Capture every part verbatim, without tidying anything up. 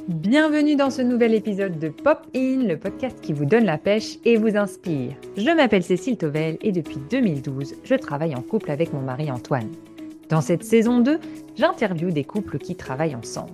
Bienvenue dans ce nouvel épisode de Pop In, le podcast qui vous donne la pêche et vous inspire. Je m'appelle Cécile Tovel et depuis deux mille douze, je travaille en couple avec mon mari Antoine. Dans cette saison deux, j'interviewe des couples qui travaillent ensemble.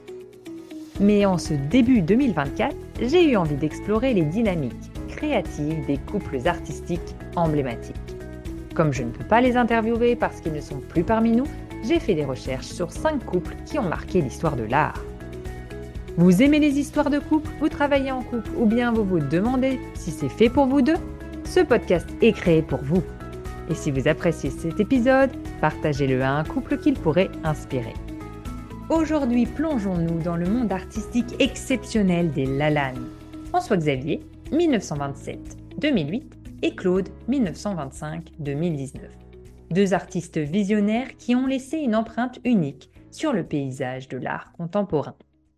Mais en ce début deux mille vingt-quatre, j'ai eu envie d'explorer les dynamiques créatives des couples artistiques emblématiques. Comme je ne peux pas les interviewer parce qu'ils ne sont plus parmi nous, j'ai fait des recherches sur cinq couples qui ont marqué l'histoire de l'art. Vous aimez les histoires de couple, vous travaillez en couple ou bien vous vous demandez si c'est fait pour vous deux? Ce podcast est créé pour vous. Et si vous appréciez cet épisode, partagez-le à un couple qu'il pourrait inspirer. Aujourd'hui, plongeons-nous dans le monde artistique exceptionnel des Lalanne. François Xavier, mille neuf cent vingt-sept à deux mille huit, et Claude, mille neuf cent vingt-cinq à deux mille dix-neuf. Deux artistes visionnaires qui ont laissé une empreinte unique sur le paysage de l'art contemporain.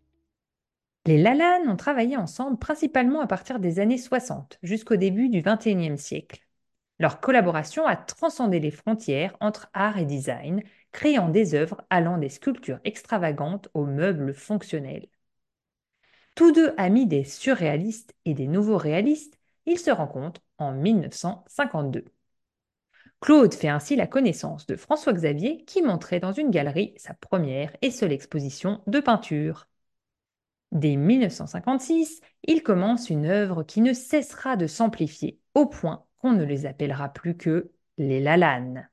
Les Lalanne ont travaillé ensemble principalement à partir des années soixante jusqu'au début du vingt et unième siècle. Leur collaboration a transcendé les frontières entre art et design, créant des œuvres allant des sculptures extravagantes aux meubles fonctionnels. Tous deux amis des surréalistes et des nouveaux réalistes, ils se rencontrent en mille neuf cent cinquante-deux. Claude fait ainsi la connaissance de François Xavier qui montrait dans une galerie sa première et seule exposition de peinture. Dès mille neuf cent cinquante-six, il commence une œuvre qui ne cessera de s'amplifier au point qu'on ne les appellera plus que les Lalanne.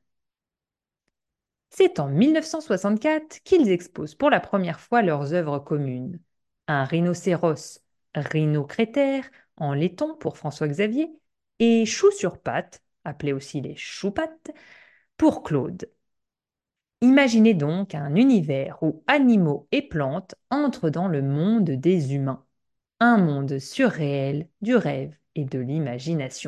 C'est en mille neuf cent soixante-quatre qu'ils exposent pour la première fois leurs œuvres communes. Un rhinocéros, rhinocrétaire, en laiton pour François Xavier, et chou sur pattes, appelé aussi les choupattes, pour Claude. Imaginez donc un univers où animaux et plantes entrent dans le monde des humains. Un monde surréel du rêve et de l'imagination.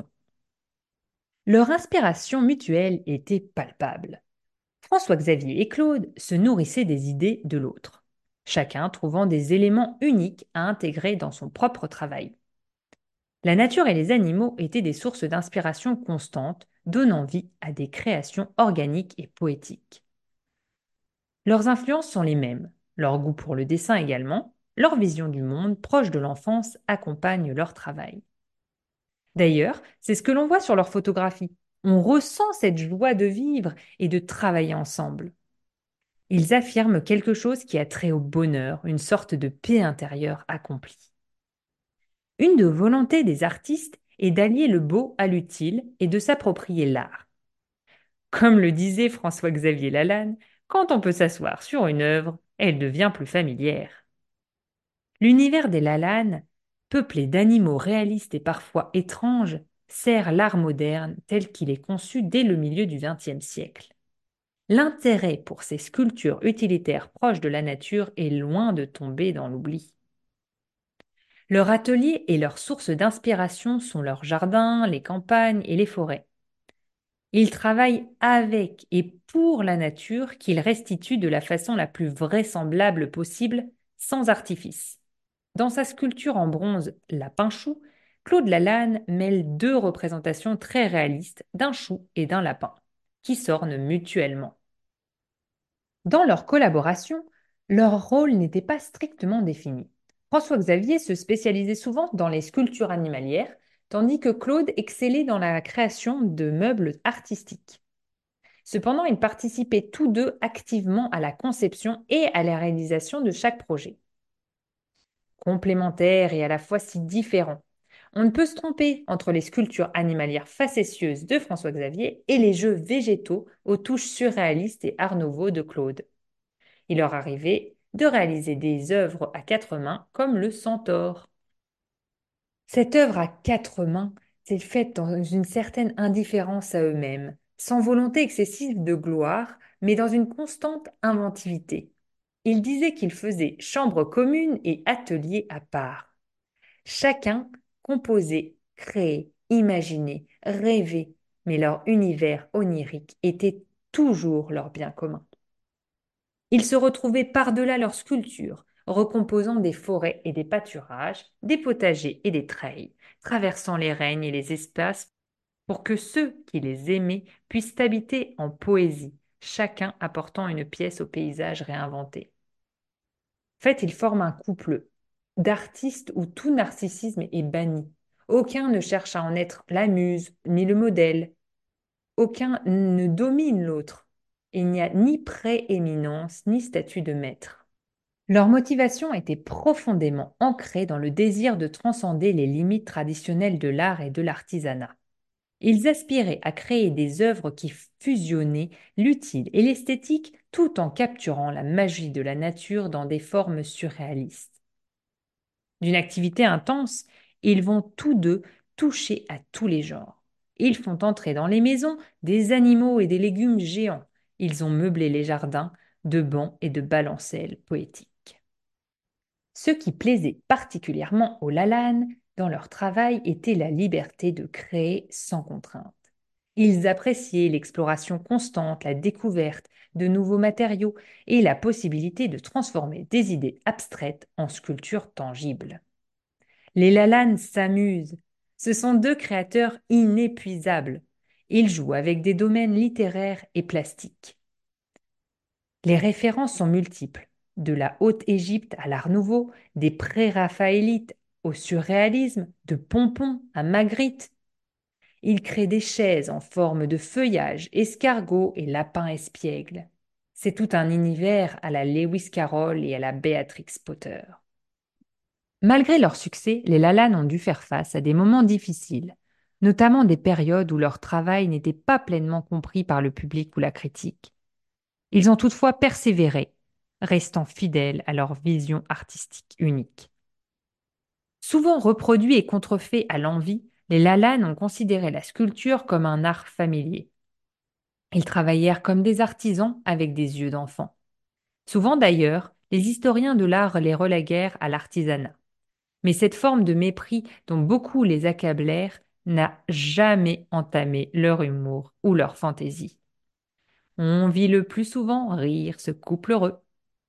Leur inspiration mutuelle était palpable. François-Xavier et Claude se nourrissaient des idées de l'autre, chacun trouvant des éléments uniques à intégrer dans son propre travail. La nature et les animaux étaient des sources d'inspiration constantes, donnant vie à des créations organiques et poétiques. Leurs influences sont les mêmes, leur goût pour le dessin également, leur vision du monde proche de l'enfance accompagne leur travail. D'ailleurs, c'est ce que l'on voit sur leurs photographies. On ressent cette joie de vivre et de travailler ensemble. Ils affirment quelque chose qui a trait au bonheur, une sorte de paix intérieure accomplie. Une de volontés des artistes est d'allier le beau à l'utile et de s'approprier l'art. Comme le disait François-Xavier Lalanne, quand on peut s'asseoir sur une œuvre, elle devient plus familière. L'univers des Lalanne, peuplé d'animaux réalistes et parfois étranges, sert l'art moderne tel qu'il est conçu dès le milieu du vingtième siècle. L'intérêt pour ces sculptures utilitaires proches de la nature est loin de tomber dans l'oubli. Leur atelier et leur source d'inspiration sont leurs jardins, les campagnes et les forêts. Ils travaillent avec et pour la nature qu'ils restituent de la façon la plus vraisemblable possible, sans artifice. Dans sa sculpture en bronze Lapin Chou, Claude Lalanne mêle deux représentations très réalistes d'un chou et d'un lapin, qui s'ornent mutuellement. Dans leur collaboration, leur rôle n'était pas strictement défini. François-Xavier se spécialisait souvent dans les sculptures animalières, tandis que Claude excellait dans la création de meubles artistiques. Cependant, ils participaient tous deux activement à la conception et à la réalisation de chaque projet. Complémentaires et à la fois si différents. On ne peut se tromper entre les sculptures animalières facétieuses de François-Xavier et les jeux végétaux aux touches surréalistes et art nouveau de Claude. Il leur arrivait de réaliser des œuvres à quatre mains comme le Centaure. Cette œuvre à quatre mains s'est faite dans une certaine indifférence à eux-mêmes, sans volonté excessive de gloire, mais dans une constante inventivité. Il disait qu'ils faisaient chambre commune et atelier à part. Chacun composait, créait, imaginait, rêvait, mais leur univers onirique était toujours leur bien commun. Ils se retrouvaient par-delà leurs sculptures, recomposant des forêts et des pâturages, des potagers et des treilles, traversant les règnes et les espaces pour que ceux qui les aimaient puissent habiter en poésie, chacun apportant une pièce au paysage réinventé. En fait, ils forment un couple d'artiste où tout narcissisme est banni. Aucun ne cherche à en être la muse ni le modèle. Aucun ne domine l'autre. Il n'y a ni prééminence ni statut de maître. Leur motivation était profondément ancrée dans le désir de transcender les limites traditionnelles de l'art et de l'artisanat. Ils aspiraient à créer des œuvres qui fusionnaient l'utile et l'esthétique tout en capturant la magie de la nature dans des formes surréalistes. D'une activité intense, ils vont tous deux toucher à tous les genres. Ils font entrer dans les maisons des animaux et des légumes géants. Ils ont meublé les jardins de bancs et de balancelles poétiques. Ce qui plaisait particulièrement aux Lalanne dans leur travail était la liberté de créer sans contrainte. Ils appréciaient l'exploration constante, la découverte de nouveaux matériaux et la possibilité de transformer des idées abstraites en sculptures tangibles. Les Lalanne s'amusent. Ce sont deux créateurs inépuisables. Ils jouent avec des domaines littéraires et plastiques. Les références sont multiples, de la Haute-Égypte à l'Art nouveau, des pré-raphaélites au surréalisme, de Pompon à Magritte. Ils créent des chaises en forme de feuillage, escargots et lapins espiègles. C'est tout un univers à la Lewis Carroll et à la Beatrix Potter. Malgré leur succès, les Lalanne ont dû faire face à des moments difficiles, notamment des périodes où leur travail n'était pas pleinement compris par le public ou la critique. Ils ont toutefois persévéré, restant fidèles à leur vision artistique unique. Souvent reproduits et contrefaits à l'envi, les Lalanne ont considéré la sculpture comme un art familier. Ils travaillèrent comme des artisans avec des yeux d'enfant. Souvent d'ailleurs, les historiens de l'art les reléguèrent à l'artisanat. Mais cette forme de mépris dont beaucoup les accablèrent n'a jamais entamé leur humour ou leur fantaisie. On vit le plus souvent rire ce couple heureux.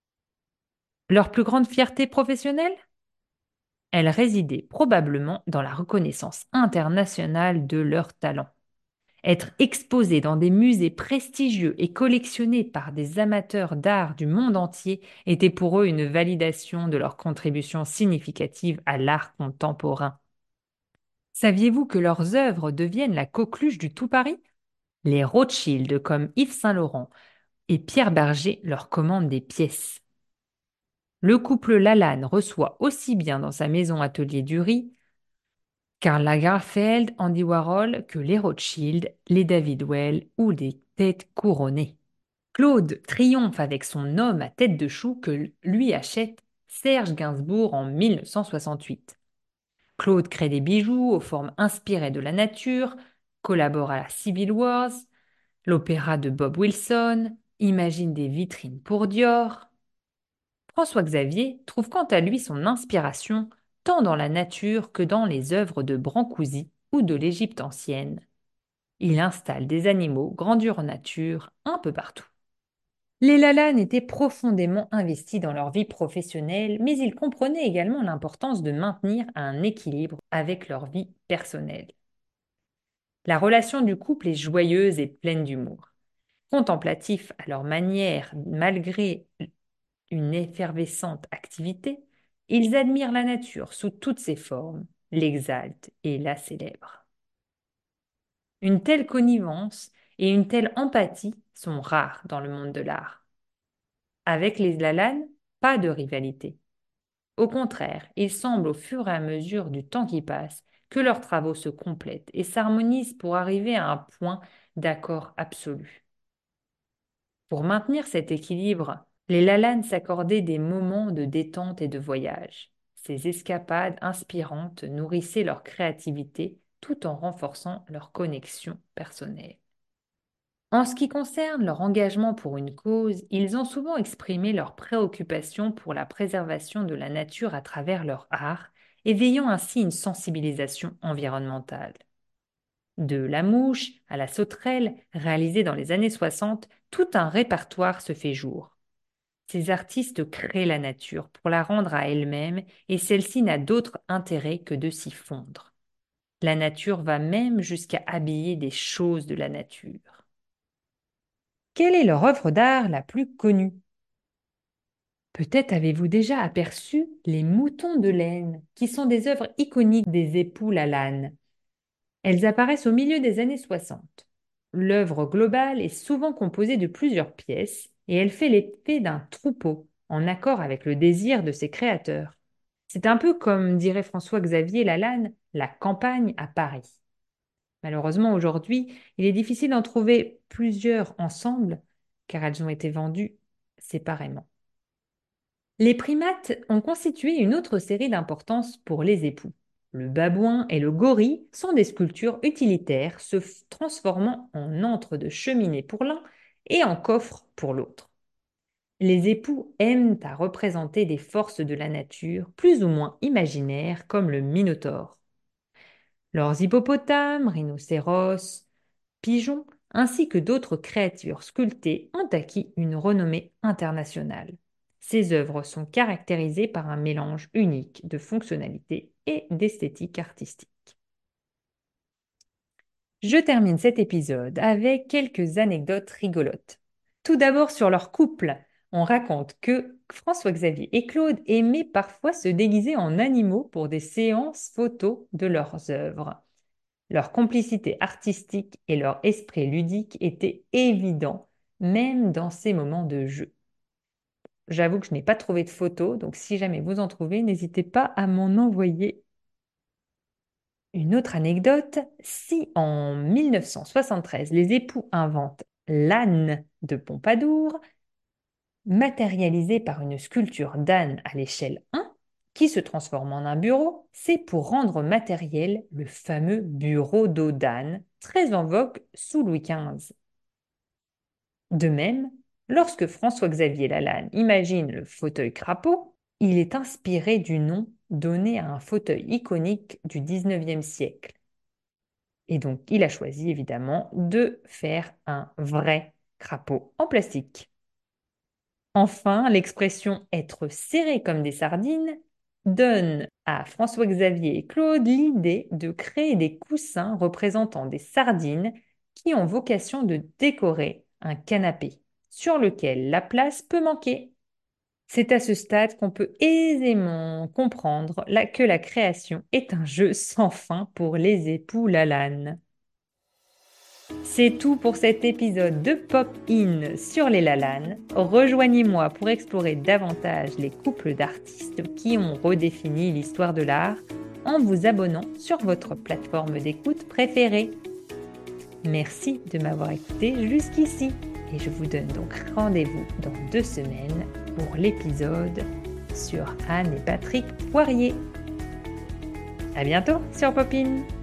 Leur plus grande fierté professionnelle? Elle résidait probablement dans la reconnaissance internationale de leur talent. Être exposés dans des musées prestigieux et collectionnés par des amateurs d'art du monde entier était pour eux une validation de leur contribution significative à l'art contemporain. Saviez-vous que leurs œuvres deviennent la coqueluche du tout Paris? Les Rothschild, comme Yves Saint-Laurent et Pierre Berger, leur commandent des pièces. Le couple Lalanne reçoit aussi bien dans sa maison atelier Dury Karl Lagerfeld, Andy Warhol que les Rothschild, les David Well ou des têtes couronnées. Claude triomphe avec son homme à tête de chou que lui achète Serge Gainsbourg en mille neuf cent soixante-huit. Claude crée des bijoux aux formes inspirées de la nature, collabore à la Civil Wars, l'opéra de Bob Wilson, imagine des vitrines pour Dior. François Xavier trouve quant à lui son inspiration tant dans la nature que dans les œuvres de Brancusi ou de l'Égypte ancienne. Il installe des animaux grandeur nature un peu partout. Les Lalanne étaient profondément investis dans leur vie professionnelle, mais ils comprenaient également l'importance de maintenir un équilibre avec leur vie personnelle. La relation du couple est joyeuse et pleine d'humour. Contemplatifs à leur manière, malgré une effervescente activité, ils admirent la nature sous toutes ses formes, l'exaltent et la célèbrent. Une telle connivence et une telle empathie sont rares dans le monde de l'art. Avec les Lalanne, pas de rivalité. Au contraire, il semble au fur et à mesure du temps qui passe que leurs travaux se complètent et s'harmonisent pour arriver à un point d'accord absolu. Pour maintenir cet équilibre, les Lalanne s'accordaient des moments de détente et de voyage. Ces escapades inspirantes nourrissaient leur créativité tout en renforçant leur connexion personnelle. En ce qui concerne leur engagement pour une cause, ils ont souvent exprimé leur préoccupation pour la préservation de la nature à travers leur art, éveillant ainsi une sensibilisation environnementale. De La Mouche à La Sauterelle, réalisée dans les années soixante, tout un répertoire se fait jour. Ces artistes créent la nature pour la rendre à elle-même et celle-ci n'a d'autre intérêt que de s'y fondre. La nature va même jusqu'à habiller des choses de la nature. Quelle est leur œuvre d'art la plus connue? Peut-être avez-vous déjà aperçu les moutons de laine, qui sont des œuvres iconiques des époux Lalanne. Elles apparaissent au milieu des années soixante. L'œuvre globale est souvent composée de plusieurs pièces et elle fait l'effet d'un troupeau, en accord avec le désir de ses créateurs. C'est un peu comme dirait François-Xavier Lalanne, la campagne à Paris. Malheureusement, aujourd'hui, il est difficile d'en trouver plusieurs ensemble car elles ont été vendues séparément. Les primates ont constitué une autre série d'importance pour les époux. Le babouin et le gorille sont des sculptures utilitaires se f- transformant en antre de cheminée pour l'un et en coffre pour l'autre. Les époux aiment à représenter des forces de la nature plus ou moins imaginaires comme le minotaure. Leurs hippopotames, rhinocéros, pigeons, ainsi que d'autres créatures sculptées ont acquis une renommée internationale. Ces œuvres sont caractérisées par un mélange unique de fonctionnalité et d'esthétique artistique. Je termine cet épisode avec quelques anecdotes rigolotes. Tout d'abord sur leur couple. On raconte que François-Xavier et Claude aimaient parfois se déguiser en animaux pour des séances photos de leurs œuvres. Leur complicité artistique et leur esprit ludique étaient évidents, même dans ces moments de jeu. J'avoue que je n'ai pas trouvé de photos, donc si jamais vous en trouvez, n'hésitez pas à m'en envoyer. Une autre anecdote, si en mille neuf cent soixante-treize, les époux inventent l'âne de Pompadour, matérialisé par une sculpture d'âne à l'échelle un, qui se transforme en un bureau, c'est pour rendre matériel le fameux bureau dos d'âne, très en vogue sous Louis quinze. De même, lorsque François-Xavier Lalanne imagine le fauteuil crapaud, il est inspiré du nom donné à un fauteuil iconique du dix-neuvième siècle. Et donc, il a choisi évidemment de faire un vrai crapaud en plastique. Enfin, l'expression être serré comme des sardines donne à François-Xavier et Claude l'idée de créer des coussins représentant des sardines qui ont vocation de décorer un canapé sur lequel la place peut manquer. C'est à ce stade qu'on peut aisément comprendre la- que la création est un jeu sans fin pour les époux Lalanne. C'est tout pour cet épisode de Pop In sur les Lalanne. Rejoignez-moi pour explorer davantage les couples d'artistes qui ont redéfini l'histoire de l'art en vous abonnant sur votre plateforme d'écoute préférée. Merci de m'avoir écouté jusqu'ici et je vous donne donc rendez-vous dans deux semaines pour l'épisode sur Anne et Patrick Poirier. À bientôt sur Pop In.